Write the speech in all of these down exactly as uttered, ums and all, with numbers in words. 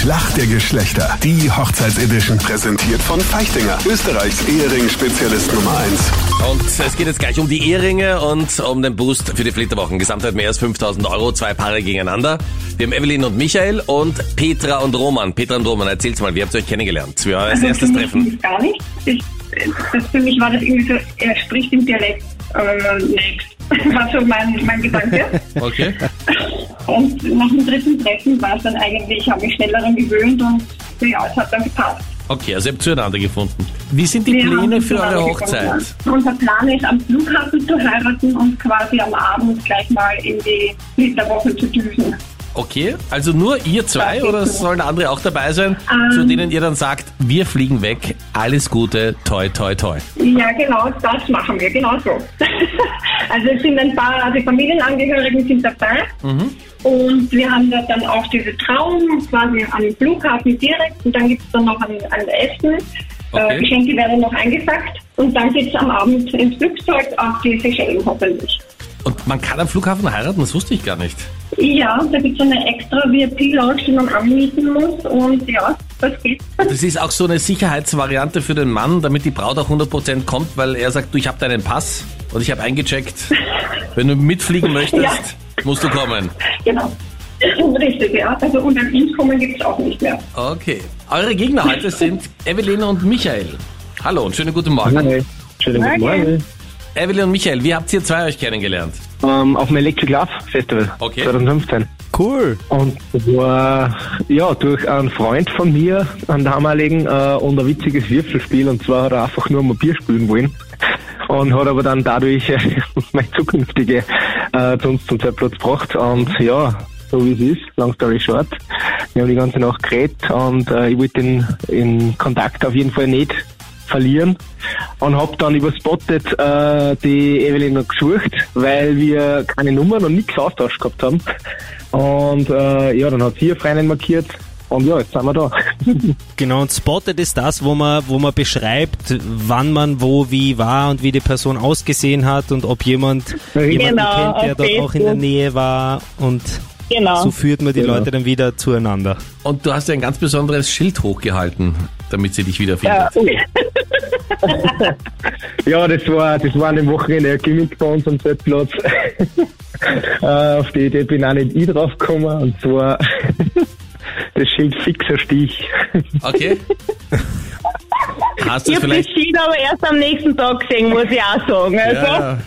Schlacht der Geschlechter. Die Hochzeitsedition. Präsentiert von Feichtinger. Österreichs Ehering-Spezialist Nummer eins. Und es geht jetzt gleich um die Eheringe und um den Boost für die Flitterwochen. Gesamtheit mehr als fünftausend Euro, zwei Paare gegeneinaber. Wir haben Evelyn und Michael und Petra und Roman. Petra und Roman, erzähl's mal, wie habt ihr euch kennengelernt? Für euer Also erstes für mich Treffen. Gar nicht. Ich, das für mich war das irgendwie so, er spricht im Dialekt äh, next. War so mein, mein Gedanke. Okay. Und nach dem dritten Treffen war es dann eigentlich, ich habe mich schneller daran gewöhnt und ja, es hat dann gepasst. Okay, also ihr habt zueinander gefunden. Wie sind die Wir haben Pläne uns für eure zueinander Hochzeit? gefunden. Unser Plan ist, am Flughafen zu heiraten und quasi am Abend gleich mal in die Flitterwoche zu düsen. Okay, also nur ihr zwei Ja, oder bitte. sollen andere auch dabei sein, Ähm. zu denen ihr dann sagt, wir fliegen weg, alles Gute, toi toi toi. Ja, genau, das machen wir, genau so. Also es sind ein paar, also Familienangehörigen sind dabei. Mhm. Und wir haben da dann auch diese Trauung quasi am Flughafen direkt und dann gibt es dann noch ein, ein Essen. Okay. Äh, Geschenke werden noch eingesackt und dann geht es am Abend ins Flugzeug auf die Seychellen hoffentlich. Und man kann am Flughafen heiraten, das wusste ich gar nicht. Ja, da gibt es eine extra V I P-Lounge, die man anmieten muss und ja, das geht. Das ist auch so eine Sicherheitsvariante für den Mann, damit die Braut auch hundert Prozent kommt, weil er sagt, du, ich habe deinen Pass und ich habe eingecheckt. Wenn du mitfliegen möchtest, Ja. musst du kommen. Genau. Richtig, ja. Also unter uns kommen gibt es auch nicht mehr. Okay. Eure Gegner heute sind Evelyn und Michael. Hallo und schönen guten Morgen. Hi. Schönen guten Morgen. Morgen. Evelyn und Michael, wie habt ihr zwei euch kennengelernt? Ähm, auf dem Electric Love Festival Okay. zwanzig fünfzehn. Cool. Und das war ja durch einen Freund von mir, einen damaligen, äh, und ein witziges Würfelspiel. Und zwar hat er einfach nur mal Bier spielen wollen. Und hat aber dann dadurch äh, meine zukünftige äh, zu uns zum Zeitplatz gebracht. Und ja, so wie es ist, long story short. Wir haben die ganze Nacht geredet und äh, ich wollte den, den Kontakt auf jeden Fall nicht verlieren und hab dann über Spotted äh, die Evelyn noch gesucht, weil wir keine Nummern und nichts austauscht gehabt haben. Und äh, ja, dann hat sie ihre Freundin markiert und ja, jetzt sind wir da. Genau, und Spotted ist das, wo man, wo man beschreibt, wann man wo wie war und wie die Person ausgesehen hat und ob jemand jemanden Genau, kennt, der auf dort auch in der Facebook. Nähe war, und Genau. so führt man die Genau. Leute dann wieder zueinander. Und du hast ja ein ganz besonderes Schild hochgehalten, damit sie dich wiederfindet. Ja, das war, das war an dem Wochenende ein Gimmick bei uns am Zeltplatz. äh, auf die Idee bin auch nicht ich drauf gekommen, und zwar das Schild fixer Stich. Okay. Hast du Ich es habe das vielleicht... Schild aber erst am nächsten Tag gesehen, muss ich auch sagen. Also, Ja.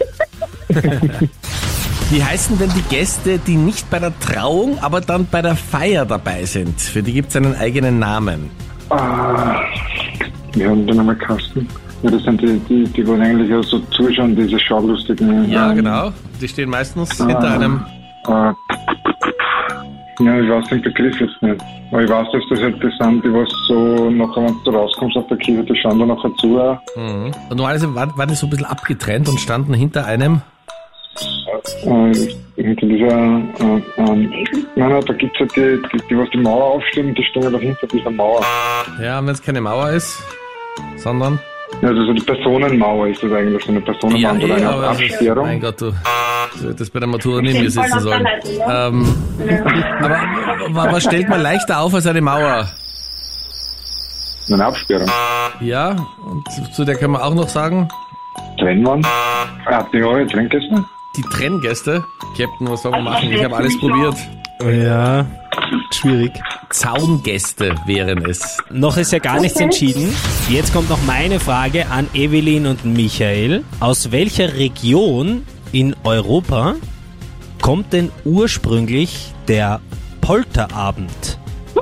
Wie heißen denn die Gäste, die nicht bei der Trauung, aber dann bei der Feier dabei sind? Für die gibt es einen eigenen Namen. Ah, wir haben den einmal Kasten. Ja, das sind die, die, die wollen eigentlich auch so zuschauen, diese Schaulustigen. Ja, ähm, genau. Die stehen meistens hinter einem... Äh, ja, ich weiß den Begriff jetzt nicht. Aber ich weiß, dass das halt das sind, die was so nachher, wenn du rauskommst auf der Kirche, die schauen da nachher zu. Auch. Mhm. Und normalerweise waren, waren die so ein bisschen abgetrennt und standen hinter einem... Äh, hinter dieser, äh, ähm, nein, nein, da gibt's halt die, die, die, was die Mauer aufstehen, die stehen halt hinter dieser Mauer. Ja, wenn es keine Mauer ist, sondern... Ja, also so die Personenmauer ist das eigentlich, so eine Personenwand oder eine aber das ist, Absperrung. mein Gott, du, du hättest bei der Matura neben mir Voll sitzen auf der sollen. Leitung, ja. Ähm, aber wa- was stellt man leichter auf als eine Mauer? Eine Absperrung. Ja, und zu der können wir auch noch sagen, Trennwand. Ah, die habe ich Trinkgäste. die Trenngäste. Captain, was soll man machen? Ich habe alles probiert. Ja, schwierig. Zaungäste wären es. Noch ist ja gar nichts entschieden. Jetzt kommt noch meine Frage an Evelyn und Michael. Aus welcher Region in Europa kommt denn ursprünglich der Polterabend?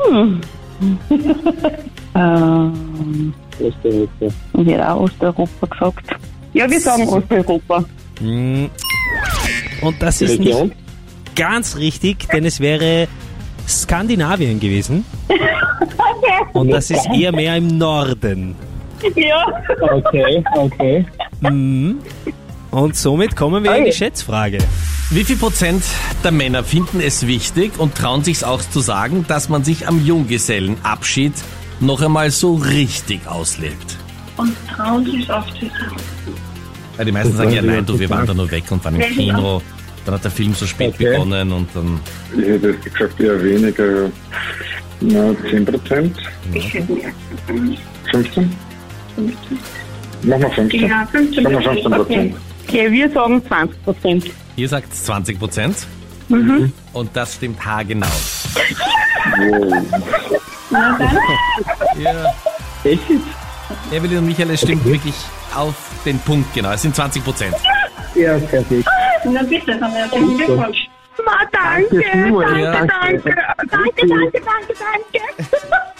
ähm, Österreich. ich hätte auch Osteuropa gesagt. Ja, wir sagen Osteuropa. Hm. Und das ist nicht Region? ganz richtig, denn es wäre Skandinavien gewesen. Und das ist eher mehr im Norden. Ja. Okay, okay. Mhm. Und somit kommen wir in die Schätzfrage. Wie viel Prozent der Männer finden es wichtig und trauen sich's auch zu sagen, dass man sich am Junggesellenabschied noch einmal so richtig auslebt? Und trauen sich auch zu sagen. Ja, die meisten sagen ja, nein, du, wir waren da nur weg und waren im Ja, genau. Kino. Dann hat der Film so spät Okay. begonnen und dann... Ich hätte gesagt eher weniger. Na, zehn Prozent. Bisschen mehr. fünfzehn? Machen wir fünfzehn. Ja, fünfzehn Sagen wir fünfzehn Prozent. Okay, wir sagen zwanzig Prozent. Ihr sagt zwanzig Prozent. Mhm. Und das stimmt haargenau. Na dann. Ja. Echt? Evelyn und Michael, es stimmt wirklich auf den Punkt genau. Es sind zwanzig Prozent. Ja, perfekt. Na bitte, dann herzlichen Glückwunsch. Ma, danke, Danke, Simon. danke, Ja. danke, danke, danke, danke, danke.